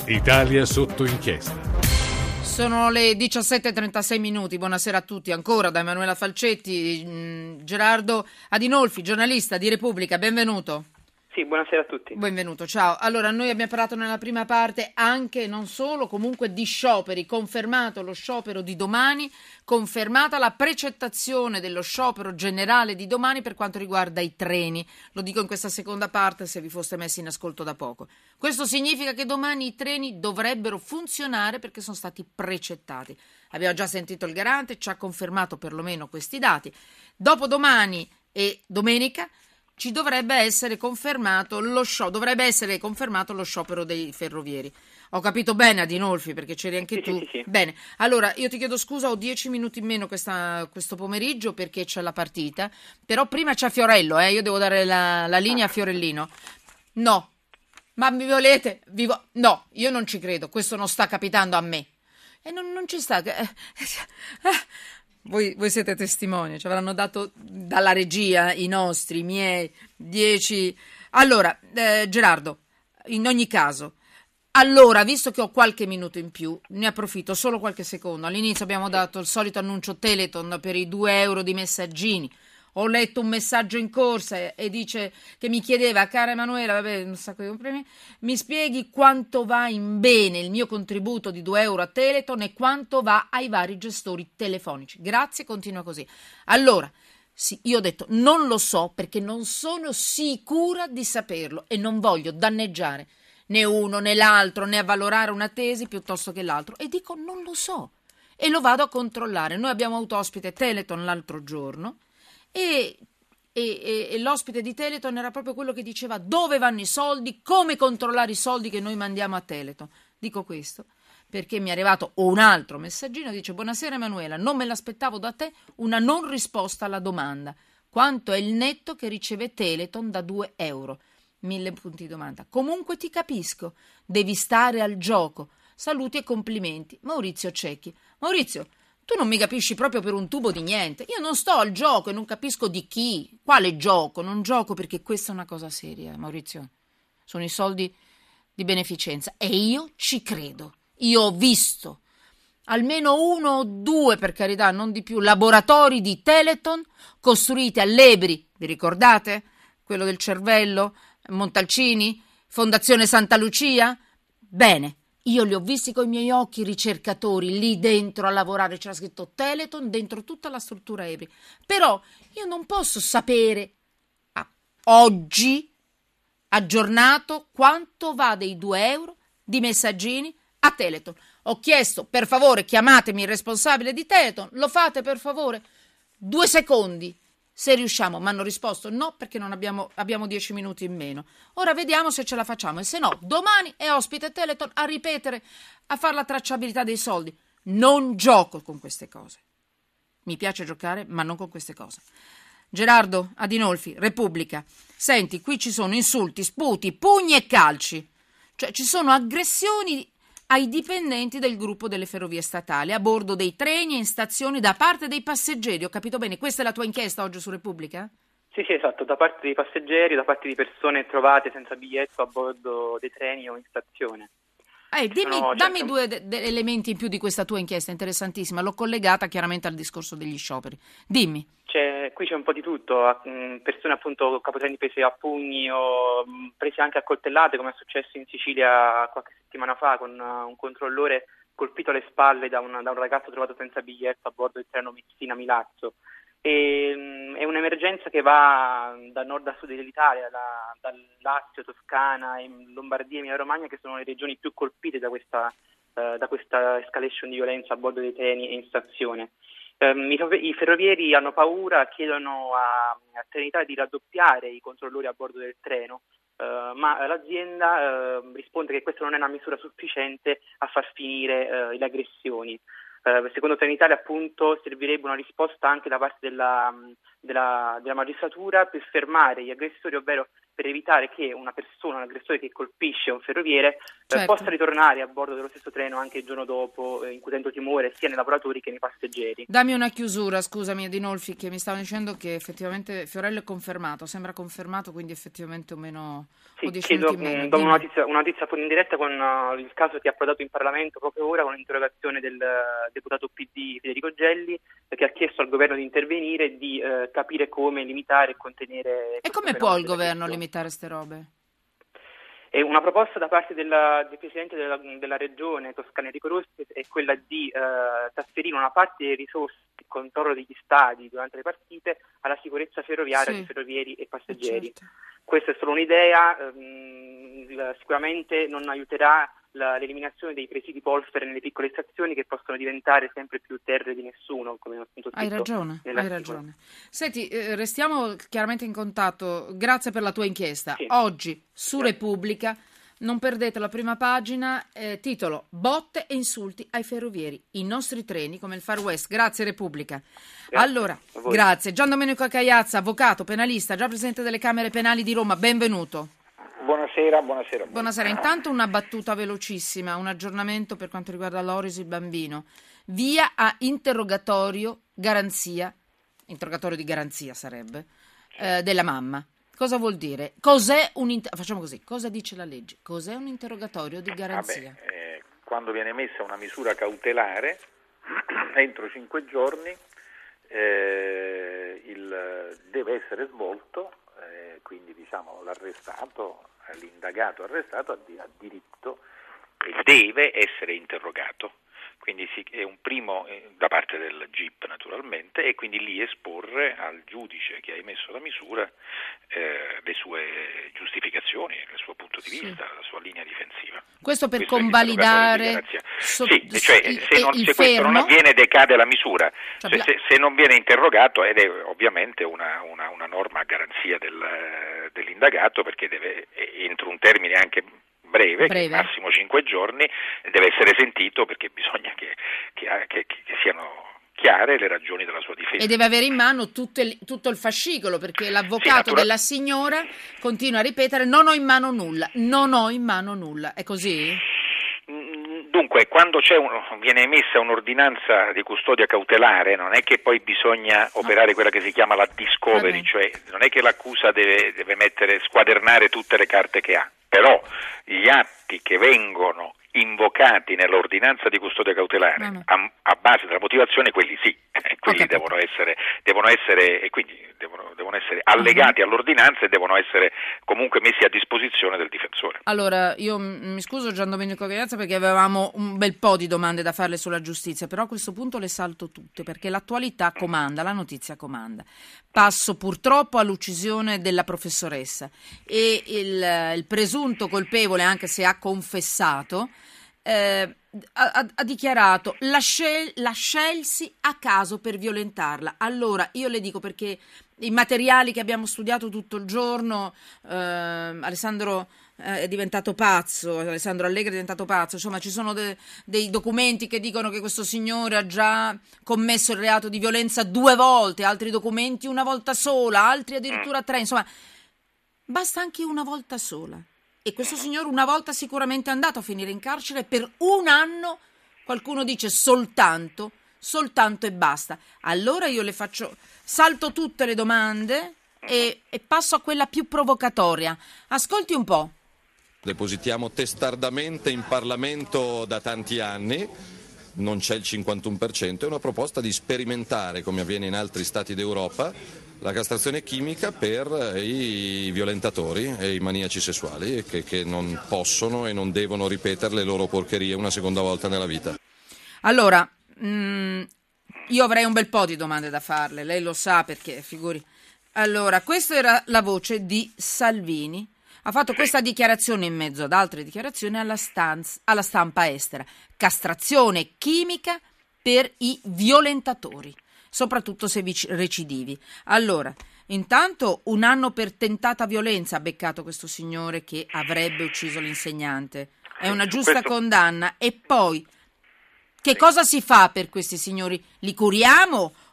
Italia sotto inchiesta. Sono le 17:36 minuti. Buonasera a tutti ancora da Emanuela Falcetti. Gerardo Adinolfi, giornalista di Repubblica, benvenuto. Sì, buonasera a tutti. Benvenuto, ciao. Allora, noi abbiamo parlato nella prima parte anche, non solo, comunque di scioperi. Confermato lo sciopero di domani, confermata la precettazione dello sciopero generale di domani per quanto riguarda i treni. Lo dico in questa seconda parte se vi foste messi in ascolto da poco. Questo significa che domani i treni dovrebbero funzionare perché sono stati precettati. Abbiamo già sentito il garante, ci ha confermato perlomeno questi dati. Dopodomani e domenica ci dovrebbe essere confermato lo sciopero dei ferrovieri. Ho capito bene, Adinolfi, perché c'eri anche tu. Sì. Bene, allora io ti chiedo scusa, ho 10 minuti in meno questo pomeriggio perché c'è la partita, però prima c'è Fiorello, io devo dare la linea a Fiorellino. No, ma mi volete? No, io non ci credo, questo non sta capitando a me. E non ci sta. Voi siete testimoni, ci avranno dato dalla regia i miei 10. Allora, Gerardo, in ogni caso, allora, visto che ho qualche minuto in più, ne approfitto solo qualche secondo. All'inizio abbiamo dato il solito annuncio Teleton per i 2 euro di messaggini. Ho letto un messaggio in corsa e dice che mi chiedeva, cara Emanuela, vabbè, un sacco di premi, mi spieghi quanto va in bene il mio contributo di 2 euro a Teleton e quanto va ai vari gestori telefonici. Grazie, continua così. Allora, sì, io ho detto non lo so perché non sono sicura di saperlo e non voglio danneggiare né uno né l'altro né avvalorare una tesi piuttosto che l'altro e dico non lo so e lo vado a controllare. Noi abbiamo avuto ospite Teleton l'altro giorno. E l'ospite di Teleton era proprio quello che diceva dove vanno i soldi, come controllare i soldi che noi mandiamo a Teleton. Dico questo perché mi è arrivato un altro messaggino, dice buonasera Emanuela, non me l'aspettavo da te una non risposta alla domanda. Quanto è il netto che riceve Teleton da 2 euro? 1000 punti di domanda. Comunque ti capisco, devi stare al gioco. Saluti e complimenti. Maurizio Cecchi. Maurizio, tu non mi capisci proprio per un tubo di niente. Io non sto al gioco e non capisco di chi. Quale gioco? Non gioco perché questa è una cosa seria, Maurizio. Sono i soldi di beneficenza e io ci credo. Io ho visto almeno 1 o 2, per carità, non di più, laboratori di Teleton costruiti a Lebri. Vi ricordate? Quello del cervello? Montalcini? Fondazione Santa Lucia? Bene. Io li ho visti con i miei occhi, i ricercatori lì dentro a lavorare, c'era scritto Teleton dentro tutta la struttura Ebri. Però io non posso sapere oggi, aggiornato, quanto va dei 2 euro di messaggini a Teleton. Ho chiesto, per favore, chiamatemi il responsabile di Teleton, lo fate per favore? 2 secondi. Se riusciamo, mi hanno risposto no perché non abbiamo 10 minuti in meno. Ora vediamo se ce la facciamo e se no domani è ospite Teleton a ripetere, a fare la tracciabilità dei soldi. Non gioco con queste cose. Mi piace giocare ma non con queste cose. Gerardo Adinolfi, Repubblica. Senti, qui ci sono insulti, sputi, pugni e calci. Cioè ci sono aggressioni ai dipendenti del gruppo delle ferrovie statali a bordo dei treni e in stazioni da parte dei passeggeri. Ho capito bene? Questa è la tua inchiesta oggi su Repubblica? Sì, esatto, da parte dei passeggeri, da parte di persone trovate senza biglietto a bordo dei treni o in stazione. Dammi 2 elementi in più di questa tua inchiesta interessantissima. L'ho collegata chiaramente al discorso degli scioperi. Dimmi. Qui c'è un po' di tutto, persone appunto capotreni prese a pugni o prese anche a coltellate, come è successo in Sicilia qualche settimana fa con un controllore colpito alle spalle da un ragazzo trovato senza biglietto a bordo del treno Messina-Milazzo. È un'emergenza che va da nord a sud dell'Italia, dal Lazio, Toscana, Lombardia e Emilia-Romagna, che sono le regioni più colpite da questa escalation di violenza a bordo dei treni e in stazione. I ferrovieri hanno paura, chiedono a Trenitalia di raddoppiare i controllori a bordo del treno, ma l'azienda risponde che questa non è una misura sufficiente a far finire le aggressioni. Secondo Trenitalia appunto servirebbe una risposta anche da parte della magistratura per fermare gli aggressori, ovvero per evitare che una persona, un aggressore che colpisce un ferroviere Certo. possa ritornare a bordo dello stesso treno anche il giorno dopo, incutendo timore sia nei lavoratori che nei passeggeri. Dammi una chiusura, scusami, Adinolfi, che mi stavano dicendo che effettivamente Fiorello è confermato, sembra confermato, quindi effettivamente o meno... Sì, o 10 chiedo minuti meno. do una notizia in diretta con il caso che è approdato in Parlamento proprio ora con un'interrogazione del deputato PD Federico Gelli, che ha chiesto al governo di intervenire e di capire come limitare e contenere... E come può il governo limitare ste robe? E una proposta da parte del Presidente della Regione Toscana Enrico Rossi è quella di trasferire una parte delle risorse di controllo degli stadi durante le partite alla sicurezza ferroviaria di ferrovieri e passeggeri. Certo. Questa è solo un'idea, sicuramente non aiuterà l'eliminazione dei presidi polvere nelle piccole stazioni che possono diventare sempre più terre di nessuno, come appunto scritto Hai ragione. Senti, restiamo chiaramente in contatto. Grazie per la tua inchiesta. Sì. Oggi su Repubblica non perdete la prima pagina, titolo Botte e insulti ai ferrovieri, i nostri treni come il Far West. Grazie Repubblica. Grazie, allora, grazie. Gian Domenico Cagliazza, avvocato, penalista, già presidente delle Camere Penali di Roma, benvenuto. Buonasera. Intanto una battuta velocissima, un aggiornamento per quanto riguarda Loris il bambino. Via a interrogatorio di garanzia sarebbe, della mamma. Cosa vuol dire? Facciamo così, cosa dice la legge? Cos'è un interrogatorio di garanzia? Quando viene messa una misura cautelare, entro 5 giorni deve essere svolto, quindi diciamo l'indagato arrestato ha diritto e deve essere interrogato. Quindi è un primo da parte del GIP naturalmente, e quindi lì esporre al giudice che ha emesso la misura le sue giustificazioni, il suo punto di vista, la sua linea difensiva. Questo per convalidare se questo non avviene decade la misura, se non viene interrogato, ed è ovviamente una norma a garanzia dell'indagato, perché deve entro un termine anche breve. Massimo 5 giorni, deve essere sentito, perché bisogna che siano chiare le ragioni della sua difesa. E deve avere in mano tutto il fascicolo, perché l'avvocato della signora continua a ripetere non ho in mano nulla. È così? Dunque, quando viene emessa un'ordinanza di custodia cautelare, non è che poi bisogna operare quella che si chiama la discovery, cioè non è che l'accusa deve squadernare tutte le carte che ha, però gli atti che vengono invocati nell'ordinanza di custodia cautelare a base della motivazione, quelli sì, quelli devono essere allegati all'ordinanza e devono essere comunque messi a disposizione del difensore. Allora, io mi scuso Gian Domenico Cagliazza, perché avevamo un bel po' di domande da farle sulla giustizia, però a questo punto le salto tutte, perché l'attualità comanda, la notizia comanda. Passo purtroppo all'uccisione della professoressa, e il presunto colpevole, anche se ha confessato, ha dichiarato la scelsi a caso per violentarla. Allora io le dico, perché i materiali che abbiamo studiato tutto il giorno, Alessandro è diventato pazzo, Alessandro Allegri è diventato pazzo, insomma ci sono dei documenti che dicono che questo signore ha già commesso il reato di violenza 2 volte, altri documenti una volta sola, altri addirittura 3, insomma basta anche una volta sola. E questo signore una volta sicuramente è andato a finire in carcere per 1 anno, qualcuno dice soltanto e basta. Allora io salto tutte le domande e passo a quella più provocatoria. Ascolti un po'. Depositiamo testardamente in Parlamento da tanti anni, non c'è il 51%, è una proposta di sperimentare, come avviene in altri stati d'Europa, la castrazione chimica per i violentatori e i maniaci sessuali, che non possono e non devono ripetere le loro porcherie una seconda volta nella vita. Allora, io avrei un bel po' di domande da farle, lei lo sa, perché figuri. Allora, questa era la voce di Salvini. Ha fatto questa dichiarazione in mezzo ad altre dichiarazioni alla stampa estera. Castrazione chimica per i violentatori, soprattutto se recidivi. Allora, intanto 1 anno per tentata violenza ha beccato questo signore che avrebbe ucciso l'insegnante. È una giusta condanna. E poi, che cosa si fa per questi signori? Li curiamo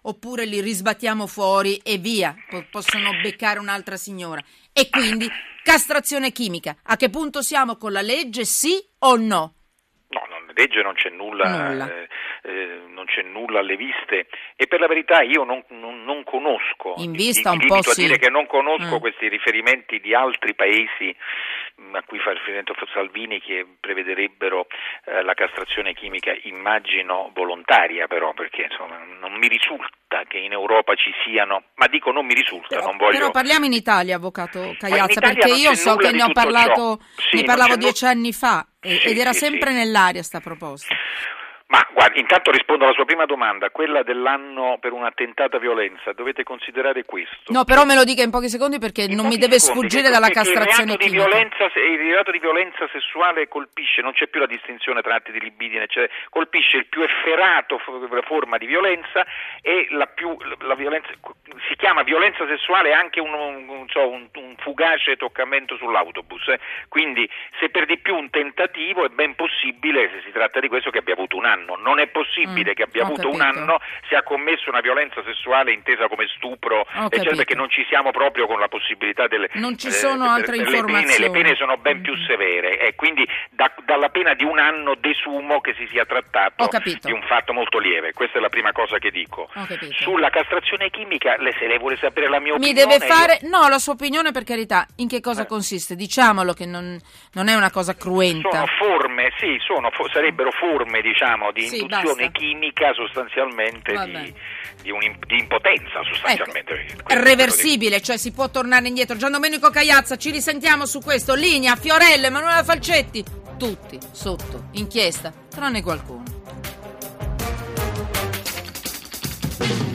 oppure li risbattiamo fuori e via, possono beccare un'altra signora. E quindi castrazione chimica, a che punto siamo con la legge, sì o no? No, legge non c'è nulla. Non c'è nulla alle viste, e per la verità io non conosco, in vista un po' po' sì. dire che non conosco questi riferimenti di altri paesi a cui fa riferimento Salvini, che prevederebbero la castrazione chimica, immagino volontaria, però, perché insomma non mi risulta che in Europa ci siano, ma dico non mi risulta, non voglio. Però parliamo in Italia, avvocato Cagliazza, Italia perché io so che ne ho parlato, sì, ne parlavo 10 anni fa ed era sì, sempre nell'aria sta proposta. Ma guardi, intanto rispondo alla sua prima domanda, quella dell'anno per un'attentata violenza. Dovete considerare questo. No, però me lo dica in pochi secondi, perché non mi deve sfuggire dalla castrazione chimica. Il reato di violenza sessuale colpisce, non c'è più la distinzione tra atti di libidine, cioè colpisce il più efferato forma di violenza, e la violenza si chiama violenza sessuale anche un fugace toccamento sull'autobus. Quindi se per di più un tentativo, è ben possibile, se si tratta di questo, che abbia avuto un anno. Non è possibile che abbia avuto un anno se ha commesso una violenza sessuale intesa come stupro, eccetera, perché non ci siamo proprio con la possibilità delle. Non ci sono altre informazioni. Le pene sono ben più severe, e quindi dalla pena di un anno desumo che si sia trattato di un fatto molto lieve. Questa è la prima cosa che dico. Sulla castrazione chimica, se lei vuole sapere la mia opinione. Mi deve fare la sua opinione, per carità. In che cosa consiste? Diciamolo che non è una cosa cruenta. Sono forme, sarebbero forme, diciamo, di induzione chimica, sostanzialmente di impotenza, sostanzialmente. Reversibile, cioè si può tornare indietro. Gian Domenico Cagliazza, ci risentiamo su questo. Linea, Fiorello, Emanuela Falcetti, tutti sotto inchiesta, tranne qualcuno.